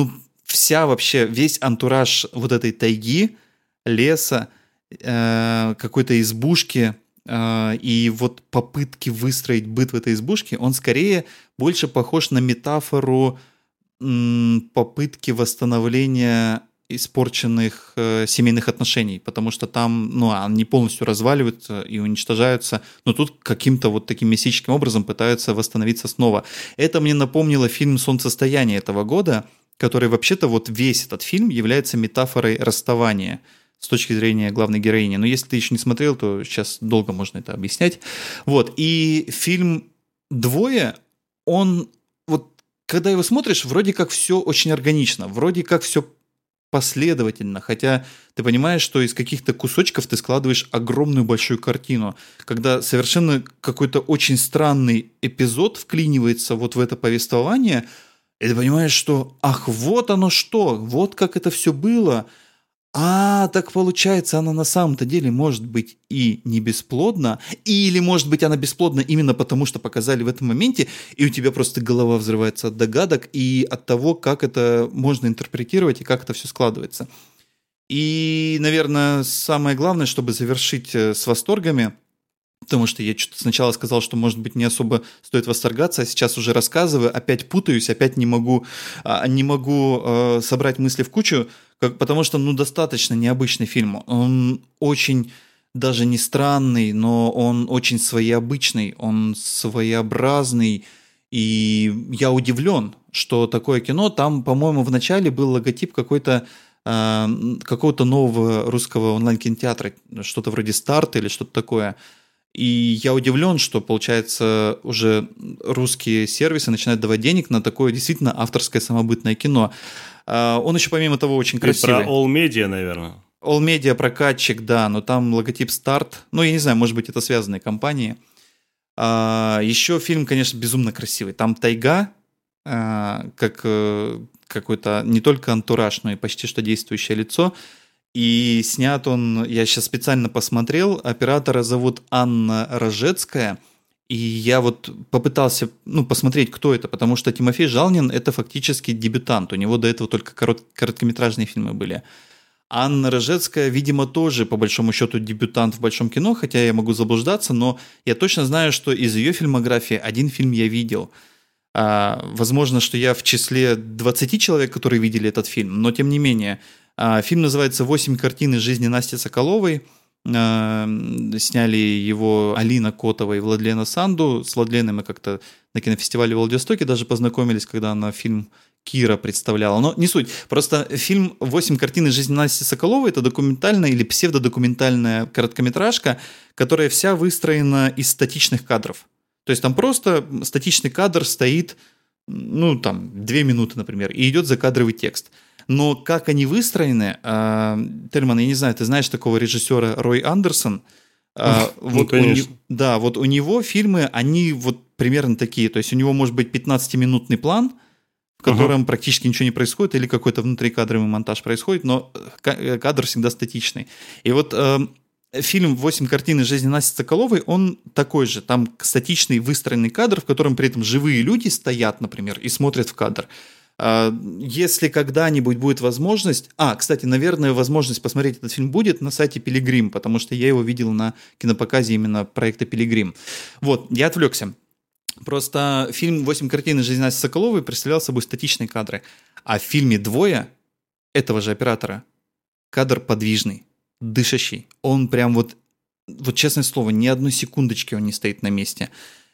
Весь антураж вот этой тайги, леса, какой-то избушки и вот попытки выстроить быт в этой избушке, он скорее больше похож на метафору попытки восстановления испорченных семейных отношений, потому что там, они полностью разваливаются и уничтожаются, но тут каким-то вот таким мистическим образом пытаются восстановиться снова. Это мне напомнило фильм «Солнцестояние» этого года, который вообще-то вот весь этот фильм является метафорой расставания с точки зрения главной героини. Но если ты еще не смотрел, то сейчас долго можно это объяснять. Вот. И фильм «Двое», он, вот когда его смотришь, вроде как все очень органично, вроде как все последовательно, хотя ты понимаешь, что из каких-то кусочков ты складываешь огромную большую картину, когда совершенно какой-то очень странный эпизод вклинивается вот в это повествование, и ты понимаешь, что вот оно что, вот как это все было. Так получается, она на самом-то деле может быть и не бесплодна, или может быть она бесплодна именно потому, что показали в этом моменте, и у тебя просто голова взрывается от догадок и от того, как это можно интерпретировать и как это все складывается. И, наверное, самое главное, чтобы завершить с восторгами, потому что я что-то сначала сказал, что, может быть, не особо стоит восторгаться, а сейчас уже рассказываю, опять путаюсь, опять не могу собрать мысли в кучу, потому что, достаточно необычный фильм. Он очень даже не странный, но он очень своеобычный, он своеобразный, и я удивлен, что такое кино. Там, по-моему, в начале был логотип какой-то какого-то нового русского онлайн-кинотеатра, что-то вроде «Старт» или что-то такое. И я удивлен, что, получается, уже русские сервисы начинают давать денег на такое действительно авторское самобытное кино. Он еще, помимо того, очень красивый. Ты про All Media, наверное. All Media прокатчик, да, но там логотип «Старт». Ну, я не знаю, может быть, это связанные компании. Еще фильм, конечно, безумно красивый. Там тайга, как какой-то не только антураж, но и почти что действующее лицо. И снят он, я сейчас специально посмотрел, оператора зовут Анна Рожецкая, и я вот попытался посмотреть, кто это, потому что Тимофей Жалнин – это фактически дебютант, у него до этого только короткометражные фильмы были. Анна Рожецкая, видимо, тоже, по большому счету, дебютант в большом кино, хотя я могу заблуждаться, но я точно знаю, что из ее фильмографии один фильм я видел. Возможно, что я в числе 20 человек, которые видели этот фильм, но тем не менее. Фильм называется «8 картин из жизни Насти Соколовой». Сняли его Алина Котова и Владлена Санду. С Владленой мы как-то на кинофестивале в Владивостоке даже познакомились, когда она фильм «Кира» представляла. Но не суть. Просто фильм «8 картин из жизни Насти Соколовой» — это документальная или псевдодокументальная короткометражка, которая вся выстроена из статичных кадров. То есть там просто статичный кадр стоит, 2 минуты, например, и идет закадровый текст. Но как они выстроены, Тельман, я не знаю, ты знаешь такого режиссера Рой Андерсон? Конечно. Вот у него фильмы, они вот примерно такие. То есть у него может быть 15-минутный план, в котором практически ничего не происходит, или какой-то внутрикадровый монтаж происходит, но кадр всегда статичный. И вот фильм «8 картин из жизни Насти Соколовой», он такой же. Там статичный выстроенный кадр, в котором при этом живые люди стоят, например, и смотрят в кадр. Если когда-нибудь будет возможность... кстати, наверное, возможность посмотреть этот фильм будет на сайте «Пилигрим», потому что я его видел на кинопоказе именно проекта «Пилигрим». Вот, я отвлекся. Просто фильм «8 картин из жизни Насти Соколовой» представлял собой статичные кадры. А в фильме «Двое» этого же оператора кадр подвижный, дышащий. Он прям вот честное слово, ни одной секундочки он не стоит на месте.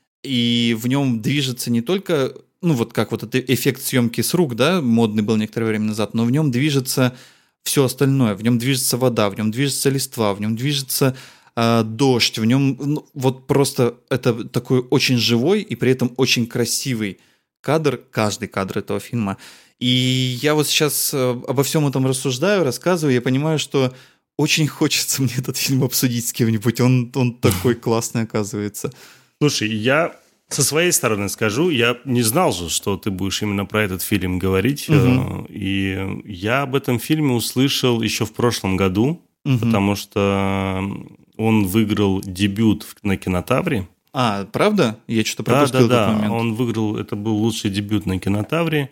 И в нем движется не только... как вот этот эффект съемки с рук, да, модный был некоторое время назад, но в нем движется все остальное. В нем движется вода, в нем движется листва, в нем движется дождь, в нем вот просто это такой очень живой и при этом очень красивый кадр, каждый кадр этого фильма. И я вот сейчас обо всем этом рассуждаю, рассказываю, я понимаю, что очень хочется мне этот фильм обсудить с кем-нибудь. Он такой классный, оказывается. Слушай, я со своей стороны скажу, я не знал же, что ты будешь именно про этот фильм говорить. И я об этом фильме услышал еще в прошлом году, потому что он выиграл дебют на Кинотавре. Правда? Я что-то пропустил этот момент. Да, он выиграл, это был лучший дебют на Кинотавре.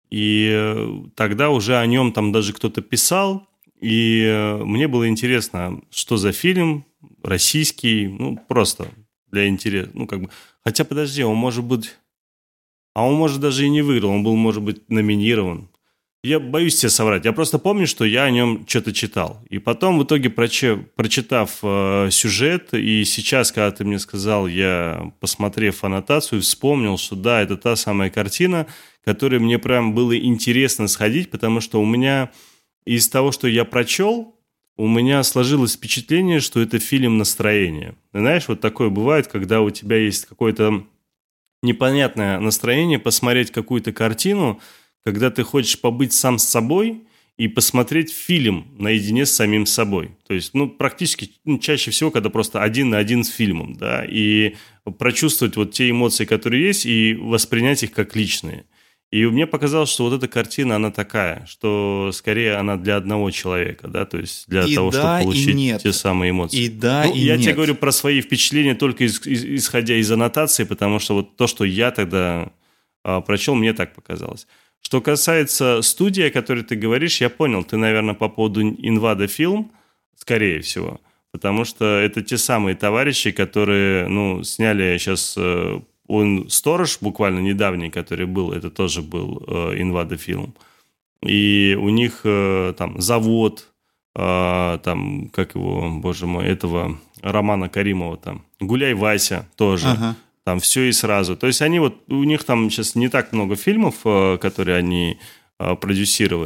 И тогда уже о нем там даже кто-то писал. И мне было интересно, что за фильм, российский, просто для интереса. Хотя, подожди, он может даже и не выиграл, он был, может быть, номинирован. Я боюсь тебе соврать, я просто помню, что я о нем что-то читал. И потом, в итоге, прочитав сюжет, и сейчас, когда ты мне сказал, я, посмотрев аннотацию, вспомнил, что да, это та самая картина, которой мне прям было интересно сходить, потому что у меня... Из того, что я прочел, у меня сложилось впечатление, что это фильм настроения. Знаешь, вот такое бывает, когда у тебя есть какое-то непонятное настроение посмотреть какую-то картину, когда ты хочешь побыть сам с собой и посмотреть фильм наедине с самим собой. То есть, практически, чаще всего, когда просто один на один с фильмом, да, и прочувствовать вот те эмоции, которые есть, и воспринять их как личные. И мне показалось, что вот эта картина, она такая, что скорее она для одного человека, да, то есть для того, чтобы получить те самые эмоции. Я тебе говорю про свои впечатления только исходя из аннотации, потому что вот то, что я тогда прочел, мне так показалось. Что касается студии, о которой ты говоришь, я понял, ты, наверное, по поводу Инвада Film, скорее всего, потому что это те самые товарищи, которые, сняли сейчас... Он «Сторож», буквально недавний, который был, это тоже был Инвада Film. И у них там завод, там, как его, боже мой, этого Романа Каримова, там, «Гуляй, Вася» тоже. Там все и сразу. То есть они у них там сейчас не так много фильмов, которые они продюсировали,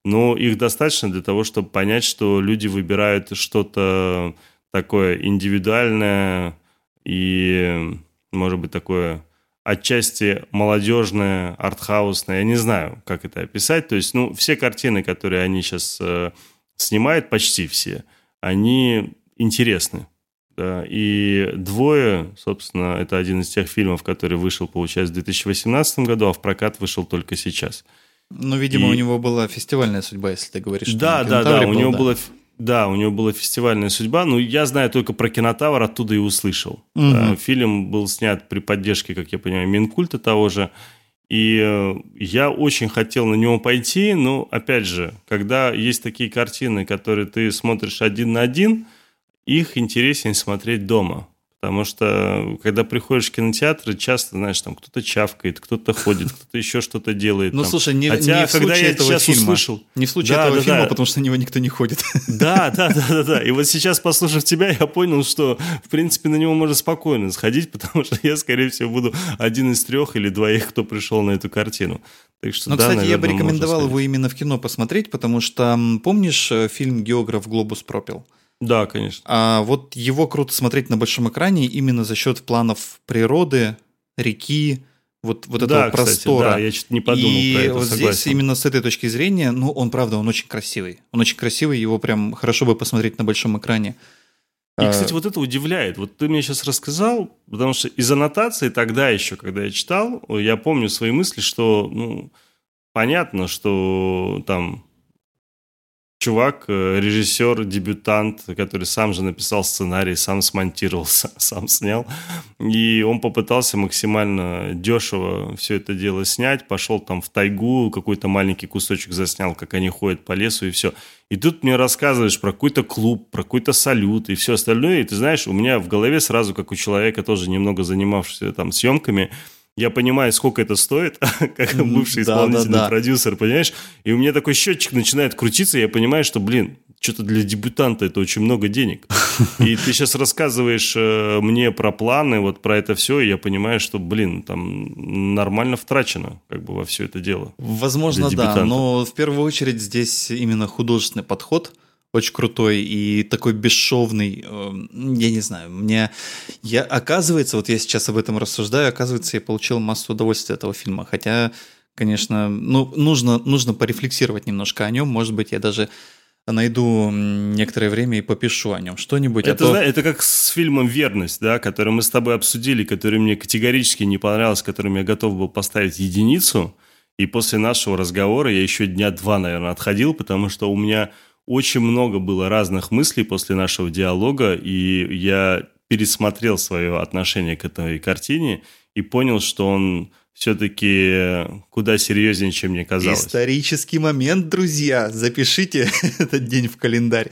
но их достаточно для того, чтобы понять, что люди выбирают что-то такое индивидуальное и, может быть, такое отчасти молодежное, артхаусное. Я не знаю, как это описать. То есть, все картины, которые они сейчас снимают, почти все, они интересны. Да, и «Двое», собственно, это один из тех фильмов, который вышел, получается, в 2018 году, а в прокат вышел только сейчас. Видимо, у него была фестивальная судьба, если ты говоришь, что Да, «Кинотавре» у был, него была... Да, у него была фестивальная судьба. Я знаю только про «Кинотавр», оттуда и услышал. Угу. Фильм был снят при поддержке, как я понимаю, Минкульта того же. И я очень хотел на него пойти, но, опять же, когда есть такие картины, которые ты смотришь один на один, их интереснее смотреть дома. Потому что, когда приходишь в кинотеатр, часто, знаешь, там кто-то чавкает, кто-то ходит, кто-то еще что-то делает. Слушай, не в когда случае я этого сейчас фильма. Услышал... Не в случае этого фильма, потому что на него никто не ходит. Да. И вот сейчас, послушав тебя, я понял, что, в принципе, на него можно спокойно сходить, потому что я, скорее всего, буду один из 3 или 2, кто пришел на эту картину. Так что, кстати, наверное, я бы рекомендовал его именно в кино посмотреть, потому что, помнишь фильм «Географ глобус пропил»? Да, конечно. А вот его круто смотреть на большом экране именно за счет планов природы, реки, вот этого простора. Да, я что-то не подумал про это, вот согласен. здесь именно с этой точки зрения, он очень красивый. Он очень красивый, его прям хорошо бы посмотреть на большом экране. И, кстати, вот это удивляет. Вот ты мне сейчас рассказал, потому что из аннотации тогда еще, когда я читал, я помню свои мысли, что, понятно, что там... Чувак, режиссер, дебютант, который сам же написал сценарий, сам смонтировал, сам снял. И он попытался максимально дешево все это дело снять. Пошел там в тайгу, какой-то маленький кусочек заснял, как они ходят по лесу и все. И тут мне рассказываешь про какой-то клуб, про какой-то салют и все остальное. И ты знаешь, у меня в голове сразу, как у человека, тоже немного занимавшегося там съемками, я понимаю, сколько это стоит, как бывший исполнительный продюсер, понимаешь? И у меня такой счетчик начинает крутиться, и я понимаю, что, что-то для дебютанта это очень много денег. И ты сейчас рассказываешь мне про планы, вот про это все, и я понимаю, что, там нормально втрачено во все это дело. Возможно, да, но в первую очередь здесь именно художественный подход очень крутой и такой бесшовный, я не знаю, оказывается, вот я сейчас об этом рассуждаю, оказывается, я получил массу удовольствия от этого фильма, хотя, конечно, нужно порефлексировать немножко о нем, может быть, я даже найду некоторое время и попишу о нем что-нибудь. Это как с фильмом «Верность», да, который мы с тобой обсудили, который мне категорически не понравился, которым я готов был поставить 1, и после нашего разговора я еще 2 дня, наверное, отходил, потому что у меня... Очень много было разных мыслей после нашего диалога, и я пересмотрел свое отношение к этой картине и понял, что он все-таки куда серьезнее, чем мне казалось. Исторический момент, друзья. Запишите этот день в календарь.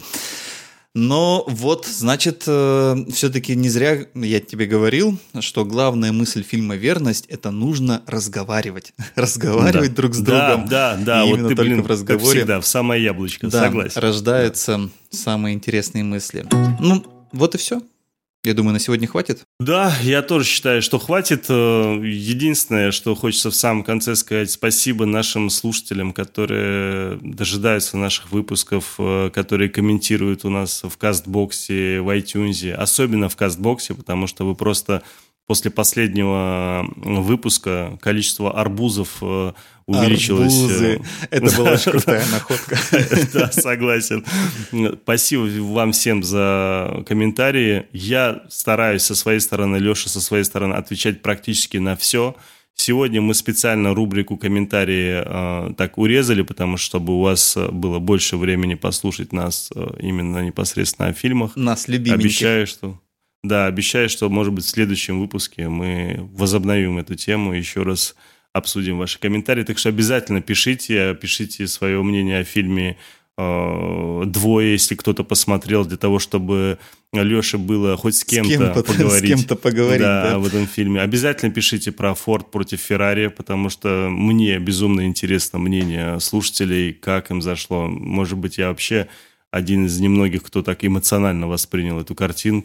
Но вот, значит, все-таки не зря я тебе говорил, что главная мысль фильма «Верность» — это нужно разговаривать. Разговаривать друг с другом. Да. И Вот именно ты, только в разговоре, как всегда, в самое яблочко, согласен. Рождаются самые интересные мысли. Вот и все. Я думаю, на сегодня хватит. Да, я тоже считаю, что хватит. Единственное, что хочется в самом конце сказать, спасибо нашим слушателям, которые дожидаются наших выпусков, которые комментируют у нас в Кастбоксе, в iTunes, особенно в Кастбоксе, потому что вы просто... После последнего выпуска количество арбузов увеличилось. Арбузы. Это была очень крутая находка. Да, согласен. Спасибо вам всем за комментарии. Я стараюсь со своей стороны, Леша со своей стороны отвечать практически на все. Сегодня мы специально рубрику комментарии так урезали, потому что чтобы у вас было больше времени послушать нас именно непосредственно о фильмах. Нас любименьких. Обещаю, что, может быть, в следующем выпуске мы возобновим эту тему, еще раз обсудим ваши комментарии. Так что обязательно пишите свое мнение о фильме «Двое», если кто-то посмотрел, для того, чтобы Леше было хоть с кем-то поговорить. Да, в этом фильме. Обязательно пишите про «Форд против Феррари», потому что мне безумно интересно мнение слушателей, как им зашло. Может быть, я вообще... один из немногих, кто так эмоционально воспринял эту картинку.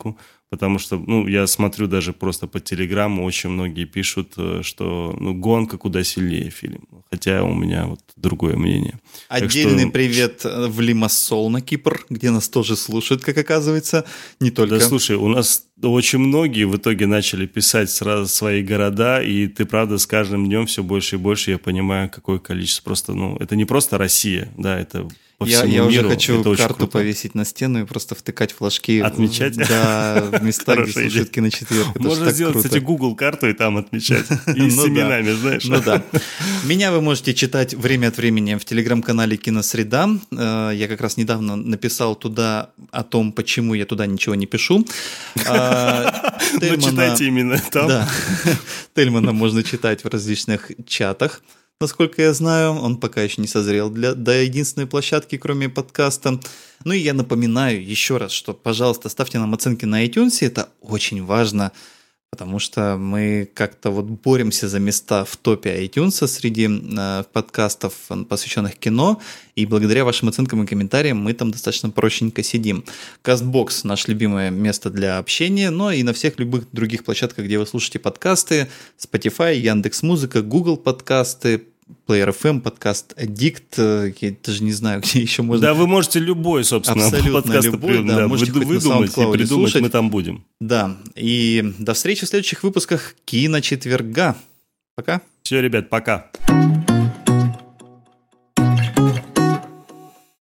Потому что, я смотрю даже просто по Телеграму, очень многие пишут, что «Гонка» куда сильнее фильм. Хотя у меня вот другое мнение. Отдельный привет в Лимассол на Кипр, где нас тоже слушают, как оказывается, не только. Да, слушай, у нас очень многие в итоге начали писать сразу свои города, и ты, правда, с каждым днем все больше и больше, я понимаю, какое количество. Просто, это не просто Россия, да, это по всему я миру. уже хочу это карту повесить на стену и просто втыкать флажки. Отмечать? В места, где слушают «Киночетверг». Можно сделать, кстати, Google карту и там отмечать. И с именами, знаешь. Ну да. Меня вы можете читать время от времени в телеграм-канале «Киносреда». Я как раз недавно написал туда о том, почему я туда ничего не пишу. Но читайте именно там. Да. Тельмана можно читать в различных чатах. Насколько я знаю, он пока еще не созрел до единственной площадки, кроме подкаста. Ну и я напоминаю еще раз, что, пожалуйста, ставьте нам оценки на iTunes, это очень важно, потому что мы как-то вот боремся за места в топе iTunes среди подкастов, посвященных кино, и благодаря вашим оценкам и комментариям мы там достаточно прочненько сидим. CastBox – наше любимое место для общения, но и на всех любых других площадках, где вы слушаете подкасты, Spotify, Яндекс.Музыка, Google подкасты, Player FM, подкаст Addict, я даже не знаю, где еще можно... Да, вы можете любой, собственно, абсолютно подкаст любой, да, можете выдумать и придумать, слушать. Мы там будем. Да, и до встречи в следующих выпусках «Киночетверга». Пока. Все, ребят, пока.